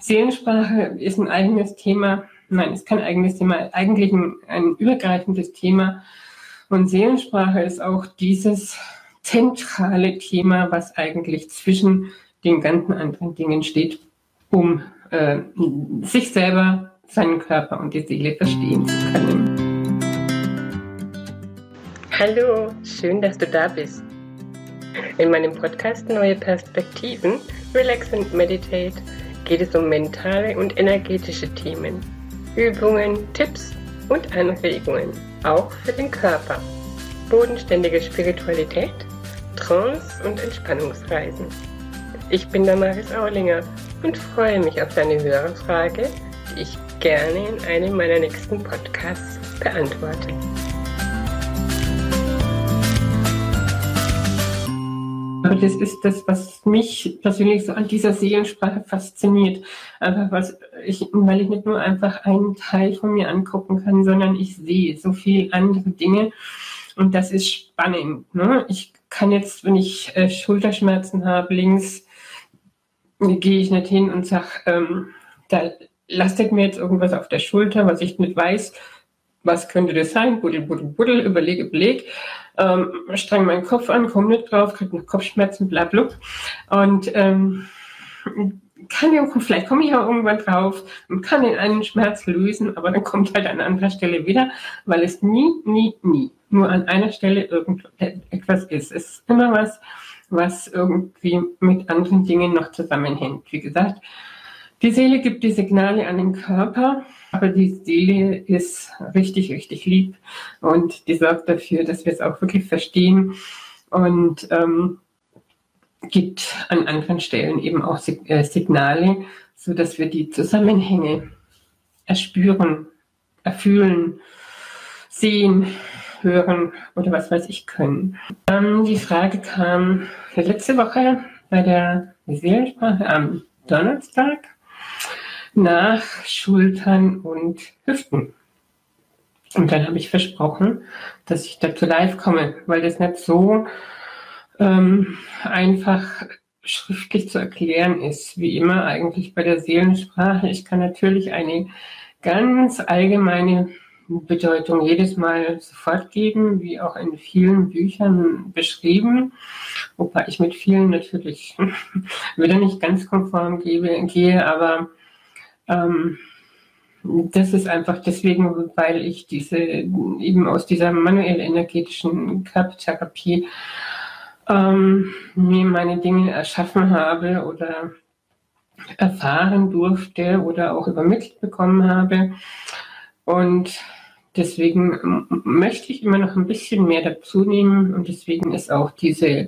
Seelensprache ist ein eigenes Thema. Nein, ist kein eigenes Thema, eigentlich ein übergreifendes Thema. Und Seelensprache ist auch dieses zentrale Thema, was eigentlich zwischen den ganzen anderen Dingen steht, um sich selber, seinen Körper und die Seele verstehen zu können. Hallo, schön, dass du da bist. In meinem Podcast Neue Perspektiven, Relax and Meditate geht es um mentale und energetische Themen, Übungen, Tipps und Anregungen, auch für den Körper, bodenständige Spiritualität, Trance und Entspannungsreisen. Ich bin Damaris Aulinger und freue mich auf deine Hörerfrage, die ich gerne in einem meiner nächsten Podcasts beantworte. Aber das ist das, was mich persönlich so an dieser Seelensprache fasziniert. Einfach weil ich nicht nur einfach einen Teil von mir angucken kann, sondern ich sehe so viele andere Dinge. Und das ist spannend. Ne? Ich kann jetzt, wenn ich Schulterschmerzen habe, links, gehe ich nicht hin und sage, da lastet mir jetzt irgendwas auf der Schulter, was ich nicht weiß. Was könnte das sein? Buddel, buddel, buddel, überlege. Streng meinen Kopf an, komme nicht drauf, kriege noch Kopfschmerzen, bla bla. Und vielleicht komme ich auch irgendwann drauf und kann den einen Schmerz lösen, aber dann kommt halt an anderer Stelle wieder, weil es nie nur an einer Stelle irgendetwas ist. Es ist immer was irgendwie mit anderen Dingen noch zusammenhängt. Wie gesagt, die Seele gibt die Signale an den Körper, aber die Seele ist richtig, richtig lieb und die sorgt dafür, dass wir es auch wirklich verstehen und gibt an anderen Stellen eben auch Signale, sodass wir die Zusammenhänge erspüren, erfühlen, sehen, hören oder was weiß ich können. Die Frage kam letzte Woche bei der Seelensprache am Donnerstag nach Schultern und Hüften. Und dann habe ich versprochen, dass ich dazu live komme, weil das nicht so einfach schriftlich zu erklären ist, wie immer eigentlich bei der Seelensprache. Ich kann natürlich eine ganz allgemeine Bedeutung jedes Mal sofort geben, wie auch in vielen Büchern beschrieben, wobei ich mit vielen natürlich wieder nicht ganz konform gehe, aber das ist einfach deswegen, weil ich eben aus dieser manuell-energetischen Körpertherapie mir meine Dinge erschaffen habe oder erfahren durfte oder auch übermittelt bekommen habe. Und deswegen möchte ich immer noch ein bisschen mehr dazu nehmen und deswegen ist auch diese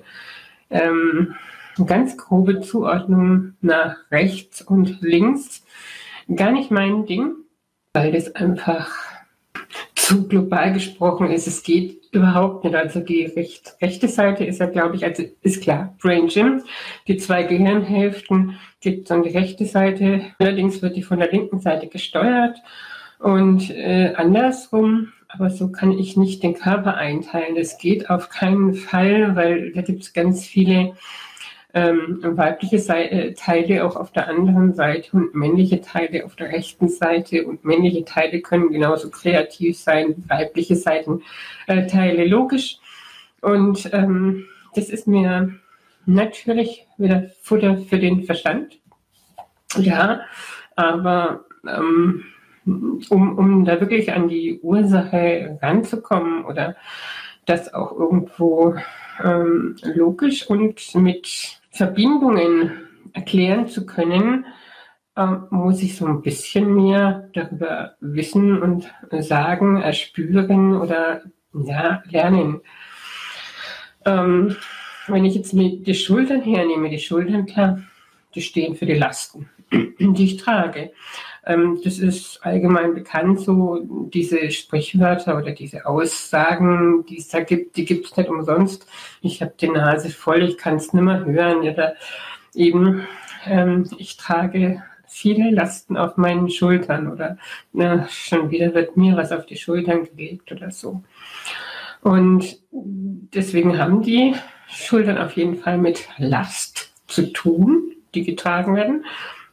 ganz grobe Zuordnung nach rechts und links gar nicht mein Ding, weil das einfach zu global gesprochen ist. Es geht überhaupt nicht. Also die rechte Seite ist ja, glaube ich, also ist klar, Brain Gym. Die 2 Gehirnhälften gibt es an die rechte Seite. Allerdings wird die von der linken Seite gesteuert und andersrum. Aber so kann ich nicht den Körper einteilen. Das geht auf keinen Fall, weil da gibt es ganz viele weibliche Teile auch auf der anderen Seite und männliche Teile auf der rechten Seite und männliche Teile können genauso kreativ sein, weibliche Teile logisch und das ist mir natürlich wieder Futter für den Verstand, ja, aber um da wirklich an die Ursache ranzukommen oder das auch irgendwo logisch und mit Verbindungen erklären zu können, muss ich so ein bisschen mehr darüber wissen und sagen, erspüren oder ja, lernen. Wenn ich jetzt die Schultern hernehme, die Schultern, klar, die stehen für die Lasten, die ich trage. Das ist allgemein bekannt, so diese Sprichwörter oder diese Aussagen, die es da gibt, die gibt es nicht umsonst. Ich habe die Nase voll, ich kann es nicht mehr hören. Oder eben, ich trage viele Lasten auf meinen Schultern oder schon wieder wird mir was auf die Schultern gelegt oder so. Und deswegen haben die Schultern auf jeden Fall mit Last zu tun, die getragen werden.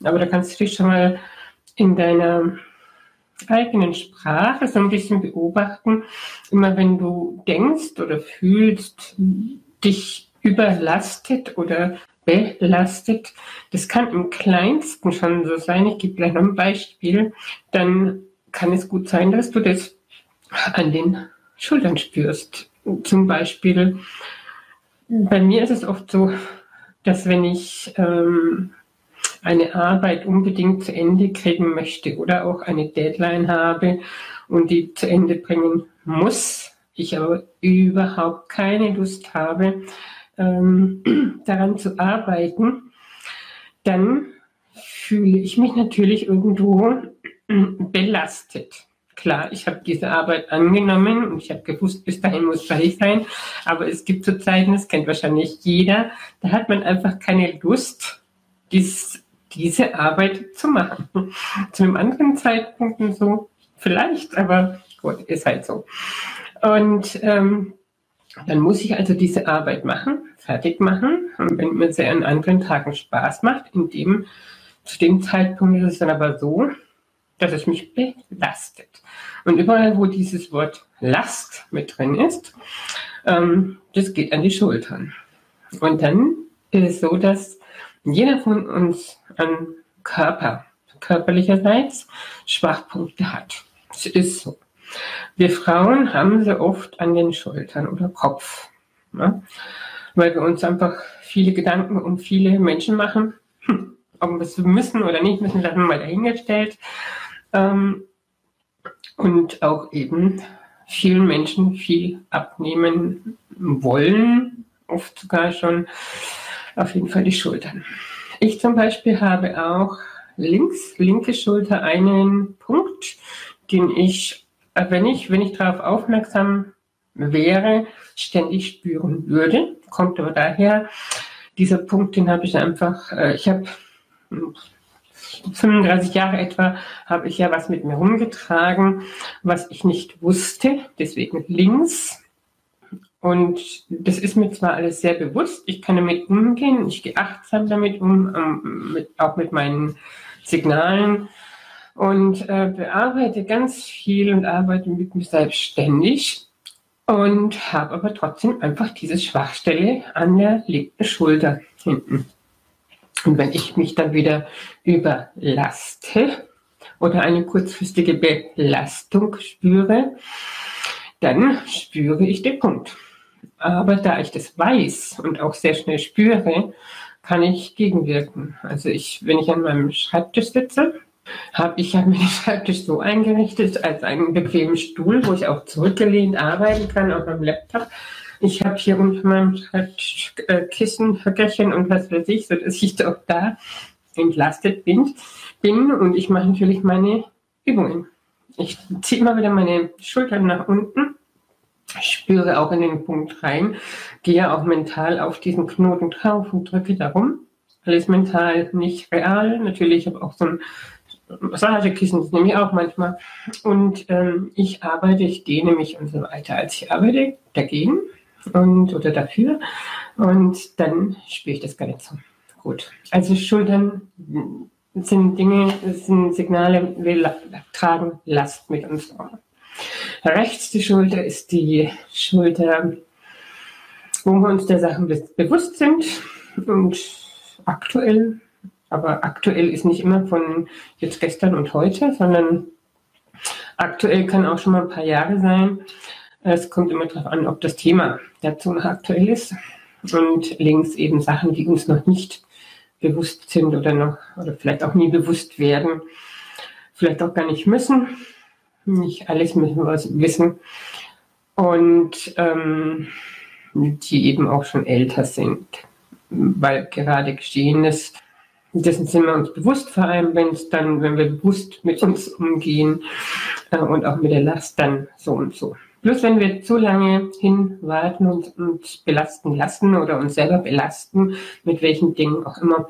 Aber da kannst du dich schon mal in deiner eigenen Sprache so ein bisschen beobachten. Immer wenn du denkst oder fühlst, dich überlastet oder belastet, das kann im Kleinsten schon so sein. Ich gebe gleich noch ein Beispiel. Dann kann es gut sein, dass du das an den Schultern spürst. Zum Beispiel, bei mir ist es oft so, dass wenn ich eine Arbeit unbedingt zu Ende kriegen möchte oder auch eine Deadline habe und die zu Ende bringen muss, ich aber überhaupt keine Lust habe, daran zu arbeiten, dann fühle ich mich natürlich irgendwo belastet. Klar, ich habe diese Arbeit angenommen und ich habe gewusst, bis dahin muss fertig sein, aber es gibt so Zeiten, das kennt wahrscheinlich jeder, da hat man einfach keine Lust, diese Arbeit zu machen. Zu einem anderen Zeitpunkt so vielleicht, aber gut, ist halt so. Und dann muss ich also diese Arbeit machen, fertig machen. Und wenn mir sie an anderen Tagen Spaß macht, zu dem Zeitpunkt ist es dann aber so, dass es mich belastet. Und überall, wo dieses Wort Last mit drin ist, das geht an die Schultern. Und dann ist es so, dass jeder von uns an körperlicherseits Schwachpunkte hat. Es ist so. Wir Frauen haben sie oft an den Schultern oder Kopf, ne? Weil wir uns einfach viele Gedanken um viele Menschen machen. Ob wir es müssen oder nicht müssen, lassen wir mal dahingestellt. Und auch eben vielen Menschen viel abnehmen wollen, oft sogar schon auf jeden Fall die Schultern. Ich zum Beispiel habe auch linke Schulter einen Punkt, den ich, wenn ich darauf aufmerksam wäre, ständig spüren würde. Kommt aber daher, dieser Punkt, den habe ich einfach, ich habe 35 Jahre etwa, habe ich ja was mit mir rumgetragen, was ich nicht wusste, deswegen links. Und das ist mir zwar alles sehr bewusst, ich kann damit umgehen, ich gehe achtsam damit um, auch mit meinen Signalen und bearbeite ganz viel und arbeite mit mir selbstständig und habe aber trotzdem einfach diese Schwachstelle an der linken Schulter hinten. Und wenn ich mich dann wieder überlaste oder eine kurzfristige Belastung spüre, dann spüre ich den Punkt. Aber da ich das weiß und auch sehr schnell spüre, kann ich gegenwirken. Also wenn ich an meinem Schreibtisch sitze, habe mir den Schreibtisch so eingerichtet als einen bequemen Stuhl, wo ich auch zurückgelehnt arbeiten kann auf meinem Laptop. Ich habe hier unter meinem Schreibtisch Kissen, Höckerchen und was weiß ich, sodass ich auch da entlastet bin. Und ich mache natürlich meine Übungen. Ich ziehe immer wieder meine Schultern nach unten, spüre auch in den Punkt rein, gehe auch mental auf diesen Knoten drauf und drücke darum. Alles mental, nicht real. Natürlich habe ich auch so ein Massagekissen, das nehme ich auch manchmal. Und ich dehne mich und so weiter. Also ich arbeite dagegen oder dafür und dann spüre ich das gar nicht so gut. Also Schultern sind Signale, wir tragen Last mit uns um. Rechts die Schulter ist die Schulter, wo wir uns der Sachen bewusst sind und aktuell, aber aktuell ist nicht immer von jetzt gestern und heute, sondern aktuell kann auch schon mal ein paar Jahre sein. Es kommt immer darauf an, ob das Thema dazu noch aktuell ist. Und links eben Sachen, die uns noch nicht bewusst sind oder vielleicht auch nie bewusst werden. Vielleicht auch gar nicht müssen. Nicht alles müssen wir wissen. Und die eben auch schon älter sind. Weil gerade Geschehenes, dessen sind wir uns bewusst, vor allem wenn wir bewusst mit uns umgehen und auch mit der Last dann so und so. Bloß wenn wir zu lange hinwarten und uns belasten lassen oder uns selber belasten, mit welchen Dingen auch immer,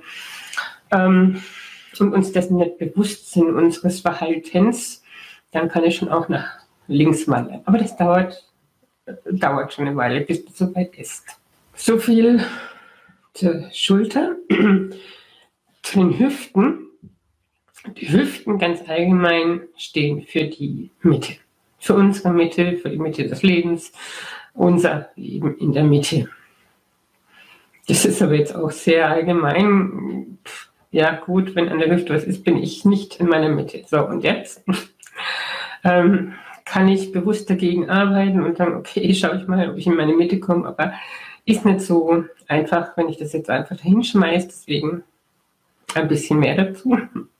und uns dessen nicht bewusst sind, unseres Verhaltens, dann kann es schon auch nach links wandern. Aber das dauert schon eine Weile, bis es soweit ist. So viel zur Schulter. Zu den Hüften. Die Hüften ganz allgemein stehen für die Mitte. Für unsere Mitte, für die Mitte des Lebens, unser Leben in der Mitte. Das ist aber jetzt auch sehr allgemein. Ja gut, wenn an der Hüfte was ist, bin ich nicht in meiner Mitte. So, und jetzt kann ich bewusst dagegen arbeiten und sagen, okay, schaue ich mal, ob ich in meine Mitte komme, aber ist nicht so einfach, wenn ich das jetzt einfach dahin schmeiße, deswegen ein bisschen mehr dazu.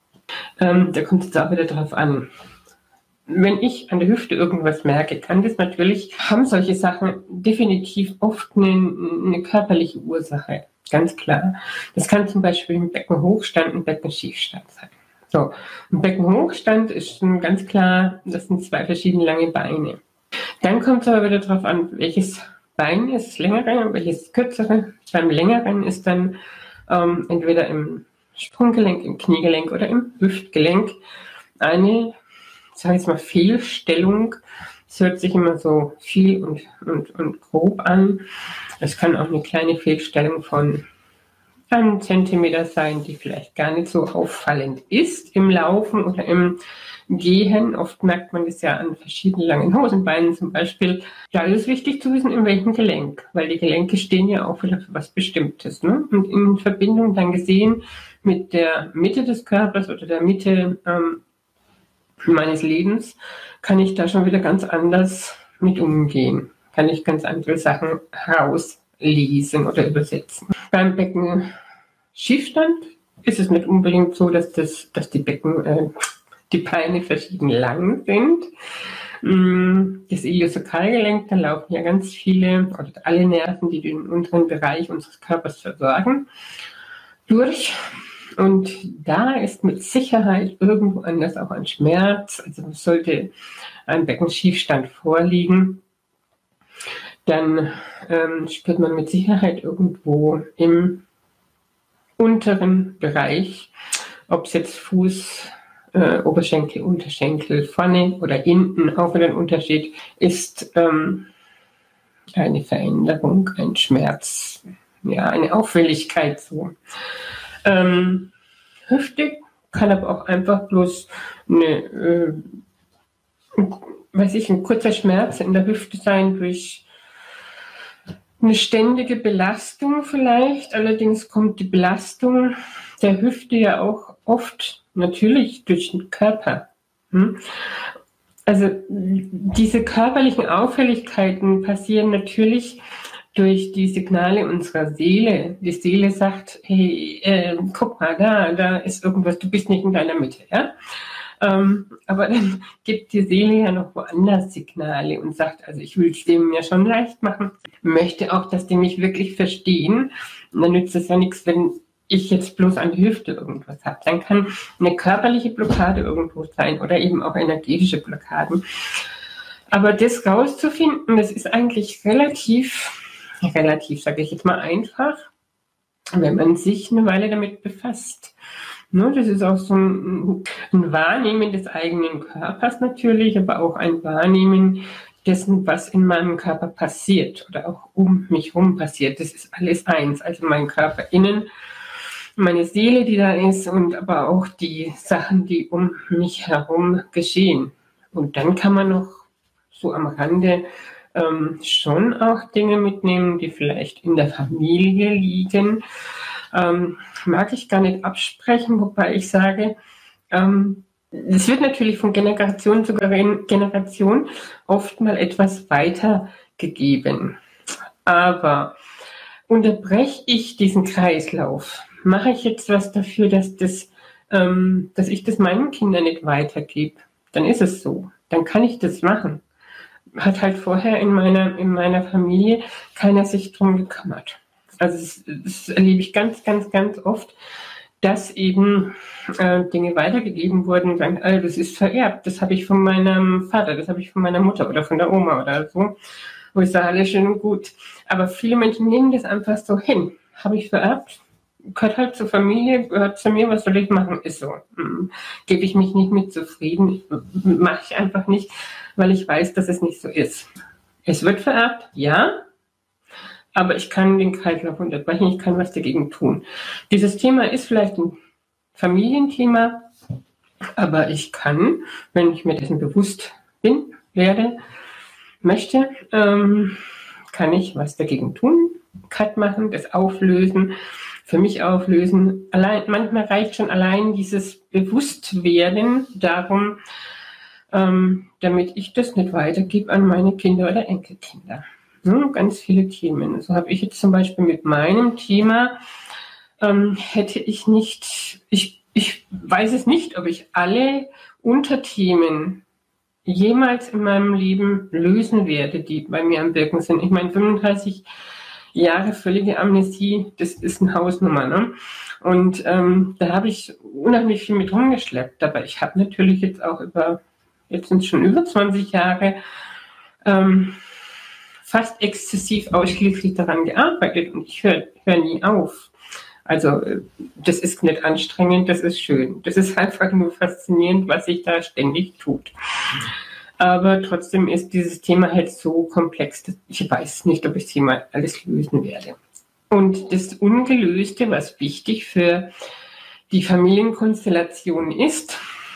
Da kommt es auch wieder drauf an. Wenn ich an der Hüfte irgendwas merke, kann das natürlich, haben solche Sachen definitiv oft eine körperliche Ursache, ganz klar. Das kann zum Beispiel ein Beckenhochstand und Beckenschiefstand sein. So, ein Beckenhochstand ist schon ganz klar, das sind 2 verschiedene lange Beine. Dann kommt es aber wieder darauf an, welches Bein ist das längere und welches kürzere. Beim längeren ist dann entweder im Sprunggelenk, im Kniegelenk oder im Hüftgelenk eine, sag ich mal, Fehlstellung. Es hört sich immer so viel und grob an. Es kann auch eine kleine Fehlstellung von 1 Zentimeter sein, die vielleicht gar nicht so auffallend ist im Laufen oder im Gehen. Oft merkt man das ja an verschiedenen langen Hosenbeinen zum Beispiel. Da ist es wichtig zu wissen, in welchem Gelenk, weil die Gelenke stehen ja auch wieder für was Bestimmtes. Ne? Und in Verbindung dann gesehen mit der Mitte des Körpers oder der Mitte meines Lebens kann ich da schon wieder ganz anders mit umgehen. Kann ich ganz andere Sachen herauslesen oder übersetzen. Beim Beckenschiefstand ist es nicht unbedingt so, dass die Beine verschieden lang sind. Das Iliosakralgelenk, da laufen ja ganz viele oder alle Nerven, die den unteren Bereich unseres Körpers versorgen, durch. Und da ist mit Sicherheit irgendwo anders auch ein Schmerz. Also sollte ein Beckenschiefstand vorliegen, dann spürt man mit Sicherheit irgendwo im unteren Bereich, ob es jetzt Fuß, Oberschenkel, Unterschenkel, vorne oder hinten, auch wieder ein Unterschied, ist eine Veränderung, ein Schmerz, ja, eine Auffälligkeit so. Hüfte kann aber auch einfach bloß ein kurzer Schmerz in der Hüfte sein durch eine ständige Belastung vielleicht. Allerdings kommt die Belastung der Hüfte ja auch oft natürlich durch den Körper. Also diese körperlichen Auffälligkeiten passieren natürlich durch die Signale unserer Seele. Die Seele sagt, hey, guck mal, da ist irgendwas, du bist nicht in deiner Mitte, ja? Aber dann gibt die Seele ja noch woanders Signale und sagt, also ich will es dem ja schon leicht machen, möchte auch, dass die mich wirklich verstehen. Und dann nützt es ja nichts, wenn ich jetzt bloß an die Hüfte irgendwas habe. Dann kann eine körperliche Blockade irgendwo sein oder eben auch energetische Blockaden. Aber das rauszufinden, das ist eigentlich relativ, sage ich jetzt mal, einfach, wenn man sich eine Weile damit befasst. Ne, das ist auch so ein Wahrnehmen des eigenen Körpers natürlich, aber auch ein Wahrnehmen dessen, was in meinem Körper passiert oder auch um mich herum passiert. Das ist alles eins. Also mein Körper innen, meine Seele, die da ist, und aber auch die Sachen, die um mich herum geschehen. Und dann kann man noch so am Rande schon auch Dinge mitnehmen, die vielleicht in der Familie liegen. Mag ich gar nicht absprechen, wobei ich sage, es wird natürlich von Generation zu Generation oft mal etwas weitergegeben. Aber unterbreche ich diesen Kreislauf, mache ich jetzt was dafür, dass ich das meinen Kindern nicht weitergebe, dann ist es so. Dann kann ich das machen. Hat halt vorher in meiner Familie keiner sich drum gekümmert. Also das erlebe ich ganz, ganz, ganz oft, dass eben Dinge weitergegeben wurden und sagen, das ist vererbt, das habe ich von meinem Vater, das habe ich von meiner Mutter oder von der Oma oder so. Wo ich sage, alles schön und gut. Aber viele Menschen nehmen das einfach so hin. Habe ich vererbt, gehört halt zur Familie, gehört zu mir, was soll ich machen, ist so. Gebe ich mich nicht mit zufrieden, mache ich einfach nicht, weil ich weiß, dass es nicht so ist. Es wird vererbt, ja, aber ich kann den Kreislauf unterbrechen, ich kann was dagegen tun. Dieses Thema ist vielleicht ein Familienthema, Aber ich kann, wenn ich mir dessen bewusst möchte, kann ich was dagegen tun, Cut machen, das auflösen, für mich auflösen. Manchmal reicht schon allein dieses Bewusstwerden darum, damit ich das nicht weitergebe an meine Kinder oder Enkelkinder. Ganz viele Themen. So habe ich jetzt zum Beispiel mit meinem Thema, hätte ich nicht, ich weiß es nicht, ob ich alle Unterthemen jemals in meinem Leben lösen werde, die bei mir am Wirken sind. Ich meine, 35 Jahre völlige Amnesie, das ist eine Hausnummer, ne? Und da habe ich unheimlich viel mit rumgeschleppt. Aber ich habe natürlich jetzt auch jetzt sind es schon über 20 Jahre, fast exzessiv ausschließlich daran gearbeitet und ich höre nie auf. Also das ist nicht anstrengend, das ist schön. Das ist einfach nur faszinierend, was sich da ständig tut. Aber trotzdem ist dieses Thema halt so komplex, dass ich weiß nicht, ob ich es jemals alles lösen werde. Und das Ungelöste, was wichtig für die Familienkonstellation ist,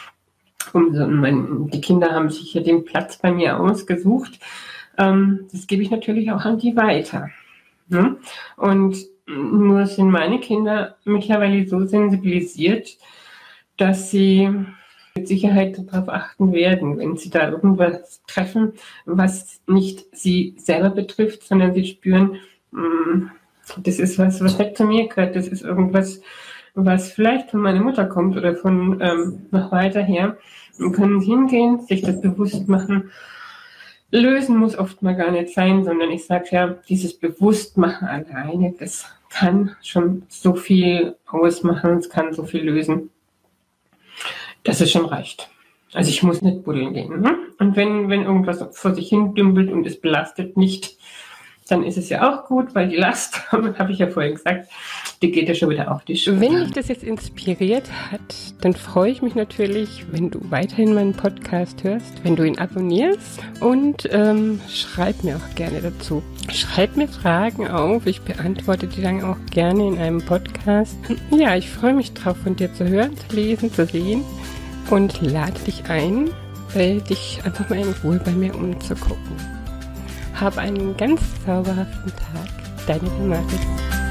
die Kinder haben sich ja den Platz bei mir ausgesucht, das gebe ich natürlich auch an die weiter. Ne? Und nur sind meine Kinder mittlerweile so sensibilisiert, dass sie mit Sicherheit darauf achten werden, wenn sie da irgendwas treffen, was nicht sie selber betrifft, sondern sie spüren, das ist was nicht zu mir gehört, das ist irgendwas, was vielleicht von meiner Mutter kommt oder von noch weiter her. Dann können sie hingehen, sich das bewusst machen. Lösen muss oft mal gar nicht sein, sondern ich sage ja, dieses Bewusstmachen alleine, das kann schon so viel ausmachen, es kann so viel lösen, dass es schon reicht. Also ich muss nicht buddeln gehen. Ne? Und wenn irgendwas vor sich hin dümpelt und es belastet nicht, dann ist es ja auch gut, weil die Last, habe ich ja vorhin gesagt, die geht ja schon wieder auf die Schulter. Wenn dich das jetzt inspiriert hat, dann freue ich mich natürlich, wenn du weiterhin meinen Podcast hörst, wenn du ihn abonnierst und schreib mir auch gerne dazu. Schreib mir Fragen auf, ich beantworte die dann auch gerne in einem Podcast. Ja, ich freue mich drauf, von dir zu hören, zu lesen, zu sehen und lade dich ein, dich einfach mal in Ruhe bei mir umzugucken. Hab einen ganz zauberhaften Tag. Deine Damaris.